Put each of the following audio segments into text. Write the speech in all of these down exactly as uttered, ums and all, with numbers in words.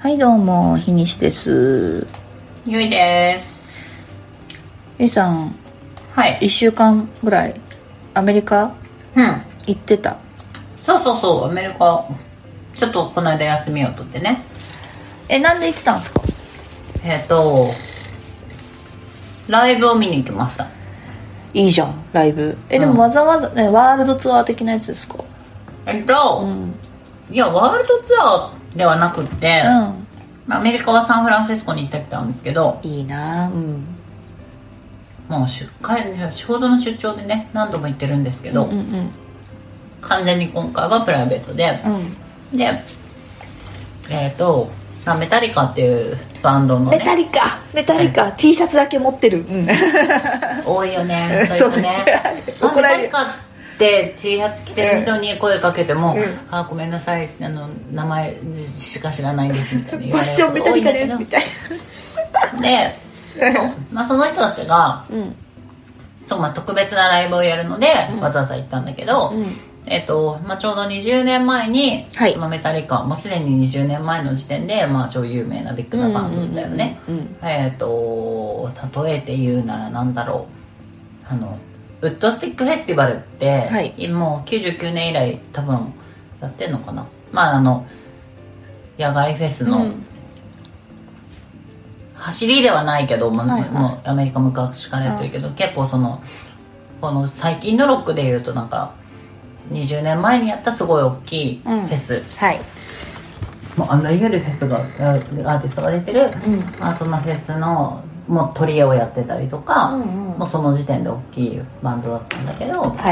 はいどうも日西です。 ゆいです。 ゆいさん、 はい。 いっしゅうかんぐらいアメリカうん。 行ってた。 そうそうそう、アメリカちょっとこの間休みを取ってね。 え、なんで行ってたんですか？ えっ、とライブを見に行きました。 いいじゃんライブ。え、でうんもわざわざ、ね、ワールドツアー的なやつですか？ えっと、 うん、 いやワールドツアーではなくって、 うん、 アメリカはサンフランシスコに行ってきたんですけど、 いいな。うん、 もう出会仕事の出張でね何度も行ってるんですけど、 うんうんうん完全に今回はプライベートで、 うん、 でえっ、とメタリカっていうバンドのね、 メタリカメタリカ、はい、T シャツだけ持ってる、うん、 多いよねそういうね怒られる。 メタリカって T シャツ着てる人に声かけても、 うん、 あごめんなさいあの名前しか知らないんですみたいな言われるファッションメタリカですみたいなでそう、まあ、その人たちが、 うんそうまあ、特別なライブをやるので、 うん、 わざわざ行ったんだけど、 うんえっとまあ、ちょうどにじゅうねんまえに、 はい、 そのメタリカもうすでににじゅうねんまえの時点で、まあ、超有名なビッグなバンドだよね。えっと例えて言うならなんだろう、あのウッドスティックフェスティバルって、はい、もうきゅうじゅうきゅうねん以来多分やってんのかな。まああの野外フェスの、うん、走りではないけど、はいはい、もうアメリカ昔からやってるけど、結構そのこの最近のロックでいうとなんかにじゅうねんまえにやったすごい大きいフェス、うん、はい、もうあらゆるフェスがアーティストが出てる、うんまあ、そんなフェスのもう取り絵をやってたりとか、うんうん、もうその時点で大きいバンドだったんだけど、はい、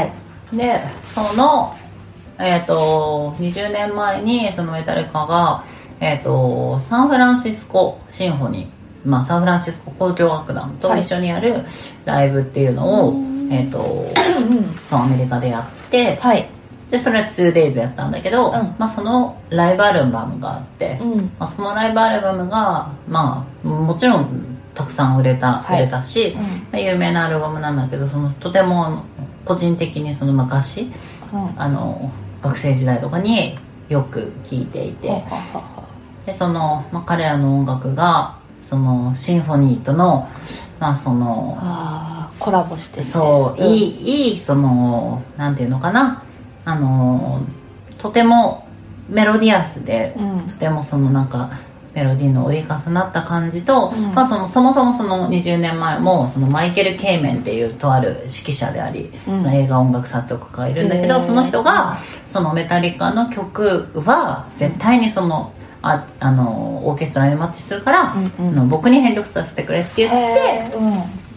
でその、えー、とにじゅうねんまえにそのメタリカが、えー、とサンフランシスコシンフォニー、まあ、サンフランシスコ交響楽団と一緒にやるライブっていうのを、はい、えー、とそのアメリカでやって、はい、でそれは ツーデイズ やったんだけど、うんまあ、そのライブアルバムがあって、うんまあ、そのライブアルバムが、まあ、もちろんたくさん売れた、はい、売れたし、うん、有名なアルバムなんだけど、そのとても個人的にその昔、うん、あの学生時代とかによく聴いていて、でその、まあ、彼らの音楽がそのシンフォニーとの、まあ、そのあコラボして、ね、 そう、うん、いいいいそのなんていうのかな、あのとてもメロディアスで、うん、とてもそのなんかメロディーの折り重なった感じと、うんまあ、そのそもそもそのにじゅうねんまえもそのマイケル・ケイメンっていうとある指揮者であり、うん、その映画音楽作曲家がいるんだけど、その人がそのメタリカの曲は絶対にそのああのオーケストラにマッチするから、うんうん、の僕に編曲させてくれって言って、うん、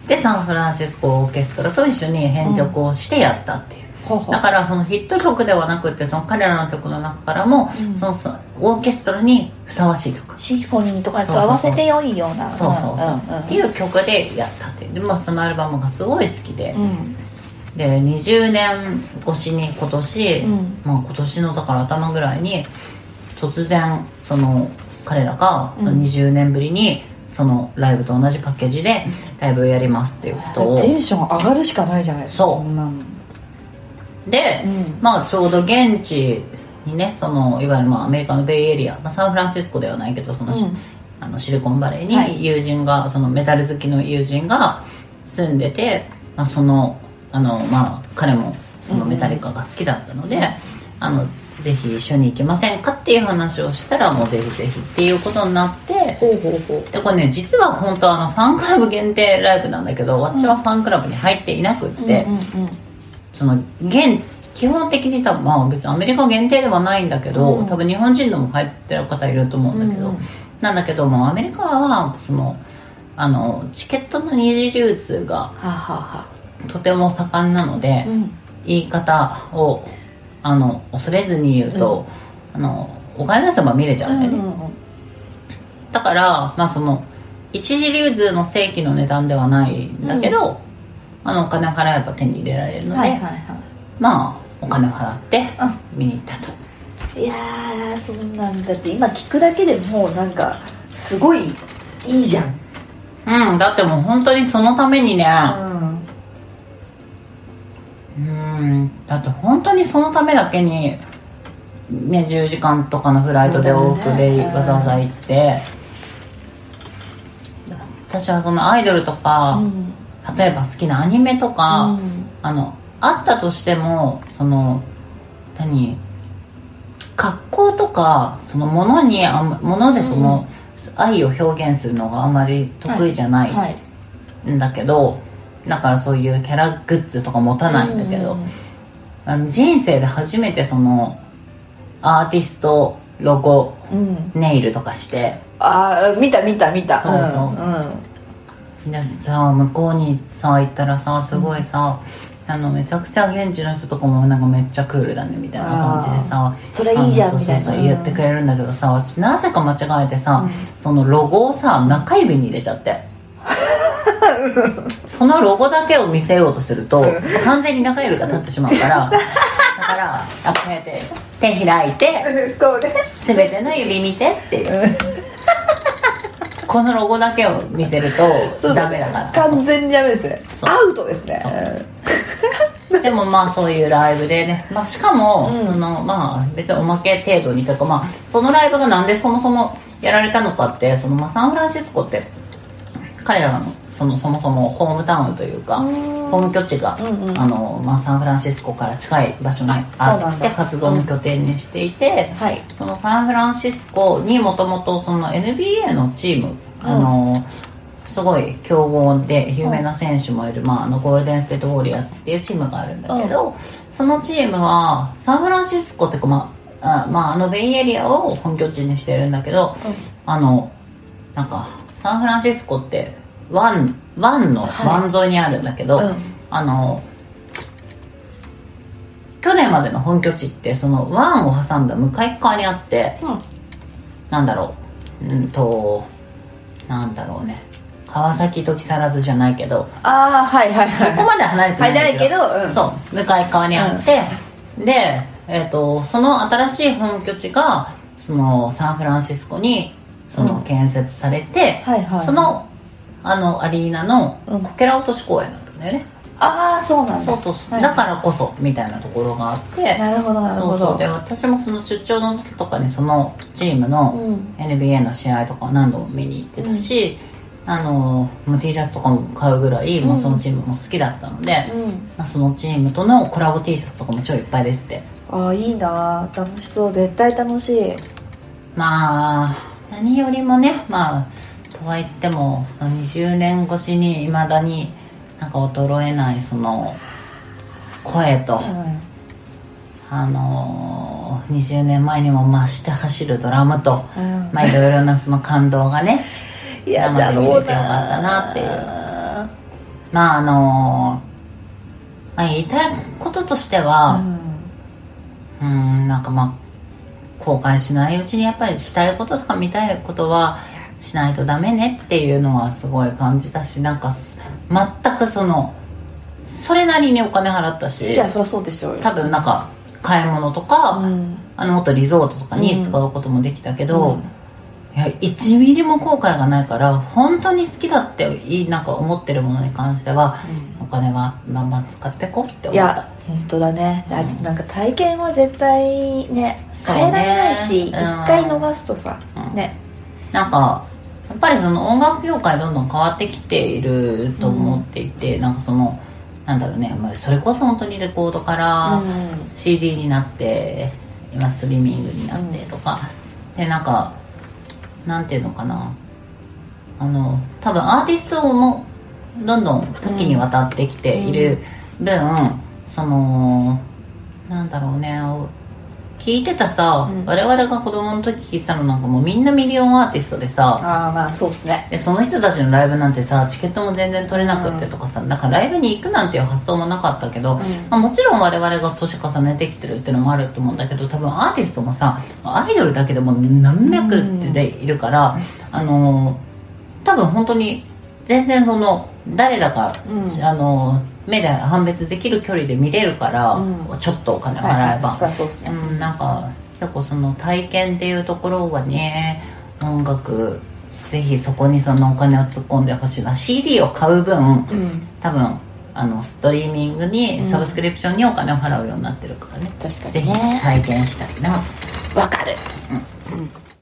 でサンフランシスコオーケストラと一緒に編曲をしてやったっていう、うん、だからそのヒット曲ではなくてその彼らの曲の中からも、うん、そのオーケストラにふさわしい曲、 シンフォニーとかと合わせて良いようなそうそうそう、うんうん、っていう曲でやったっていうで、まあ、そのアルバムがすごい好きで、うん、でにじゅうねん越しに今年、うんまあ、今年のだから頭ぐらいに突然その彼らがにじゅうねんぶりにそのライブと同じパッケージでライブをやりますっていうことを、 テンション上がるしかないじゃないですか。 そうそんなので、うん、まあちょうど現地にねそのいわゆるまあアメリカのベイエリア、まあ、サンフランシスコではないけどその、うん、あのシリコンバレーに友人が、はい、そのメタル好きの友人が住んでて、まあ、そのあのまあ彼もそのメタリカが好きだったので、うん、あのぜひ一緒に行きませんかっていう話をしたらもうぜひぜひっていうことになって、ほうほうほうでこれね実は本当あのファンクラブ限定ライブなんだけど、私はファンクラブに入っていなくって、うんうんうんうん、その現基本的に多分まあ別にアメリカ限定ではないんだけど、うん、多分日本人でも入ってる方いると思うんだけど、うんうん、なんだけどもアメリカはそのあのチケットの二次流通がはははとても盛んなので、うん、言い方をあの恐れずに言うと、うん、あのお金出せば見れちゃうんだよね、うんうんうん、だから、まあ、その一次流通の正規の値段ではないんだけど、うん、あのお金払えば手に入れられるので、はいはいはい、まあお金を払って見に行ったと、 うん、いやーそんなんだって今聞くだけでもうなんかすごいいいじゃん。 うん、だってもう本当にそのためにね、うん、うんだって本当にそのためだけにね、じゅうじかんとかのフライトで往復でわざわざ行って、私はそのアイドルとか、うん、例えば好きなアニメとか、うん、あのあったとしてもその何格好とかそのものにものでその愛を表現するのがあまり得意じゃないんだけど、はいはい、だからそういうキャラグッズとか持たないんだけど、うん、あの人生で初めてそのアーティストロゴ、うん、ネイルとかして、 ああ見た見た見た、 そうそう、うん、でさ向こうにさ行ったらさすごいさ、うん、あのめちゃくちゃ現地の人とかもなんかめっちゃクールだねみたいな感じでさ、 それいいじゃんみたいな、 そうそうそう言ってくれるんだけどさ、私なぜか間違えてさ、うん、そのロゴをさ中指に入れちゃってそのロゴだけを見せようとすると完全に中指が立ってしまうからだからあこうやって手開いて全ての指見てっていうこのロゴだけを見せるとダメだから、 完全にダメですね、アウトですね。 でもまあそういうライブでね、まあ、しかも、うん、そのまあ別におまけ程度にというか、まあ、そのライブがなんでそもそもやられたのかってその、まあ、サンフランシスコって彼らのそのそもそもホームタウンというか本拠地が、うんうん、あのまあ、サンフランシスコから近い場所にあって活動の拠点にしていて、うんはい、そのサンフランシスコにもともと エヌビーエー のチーム、うん、あのすごい強豪で有名な選手もいる、うんまあ、あのゴールデンステートウォリアーズっていうチームがあるんだけど、うん、そのチームはサンフランシスコっていうか、まああまあ、あのベイエリアを本拠地にしてるんだけど、うん、あのなんかサンフランシスコって湾, 湾の湾沿いにあるんだけど、はいうん、あの去年までの本拠地ってその湾を挟んだ向かい側にあって、うん、なんだろううんとなんだろうね川崎と木更津じゃないけどあ、はいはいはい、 そこまで離れてないけど、 はいうん、 そう向かい側にあって、うん、で、えーと、その新しい本拠地がそのサンフランシスコにその建設されて、うんはいはいはい、そのあのアリーナのこけら落とし公園だったんだよね、 うん、ああそうなんだ、 そうそうそう、はい、だからこそみたいなところがあってなるほどなるほど、そうそうで私もその出張の時とかにそのチームの エヌビーエー の試合とかを何度も見に行ってたし、うん、あのもう T シャツとかも買うぐらい、うん、もうそのチームも好きだったので、うんまあ、そのチームとのコラボ T シャツとかも超いっぱい出てて、 ああいいな楽しそう、絶対楽しい。 まあ何よりもねまあとは言ってもにじゅうねん越しにいまだになんか衰えないその声と、うん、あのー、にじゅうねんまえにも増して走るドラムと、うん、まあいろいろなその感動がね生で見れてよかったなっていうまああのーまあ、言いたいこととしてはうん、うんなんかまあ後悔しないうちにやっぱりしたいこととか見たいことはしないとダメねっていうのはすごい感じたし、なんか全くそのそれなりにお金払ったし、 いやそりゃそうでしょうよ、 多分なんか買い物とか、うん、あのもっとリゾートとかに使うこともできたけど、うん、いやいちミリも後悔がないから本当に好きだっていいなんか思ってるものに関しては、うん、お金はバンバン使ってこうって思った。いや本当だね、うん、なんか体験は絶対ね変えられないし、一、ね、回逃すとさ、うん、ねなんかやっぱりその音楽業界どんどん変わってきていると思っていて、うん、なんかそのなんだろうね、それこそ本当にレコードから シーディー になって、うん、今ストリーミングになってとか、うん、でなんかなんていうのかな、あの多分アーティストもどんどん多岐にわたってきている分、うんうん、そのなんだろうね聞いてたさ、うん、我々が子供の時聞いてたのなんかもうみんなミリオンアーティストでさ、 あまあそうっすね、 でその人たちのライブなんてさチケットも全然取れなくってとかさ、うん、なんかライブに行くなんていう発想もなかったけど、うんまあ、もちろん我々が年重ねてきてるっていうのもあると思うんだけど、多分アーティストもさアイドルだけでも何百ってでいるから、うん、あの多分本当に全然その誰だか、うん、あの目で判別できる距離で見れるから、うん、ちょっとお金払えば、 はいはい、そうですね、 うん、なんか結構その体験っていうところはね、音楽ぜひそこにそのお金を突っ込んでほしいな。 シーディー を買う分、うん、多分ああのストリーミングに、サブスクリプションにお金を払うようになってるからね、 確かにねぜひ体験したいなわかる、 うん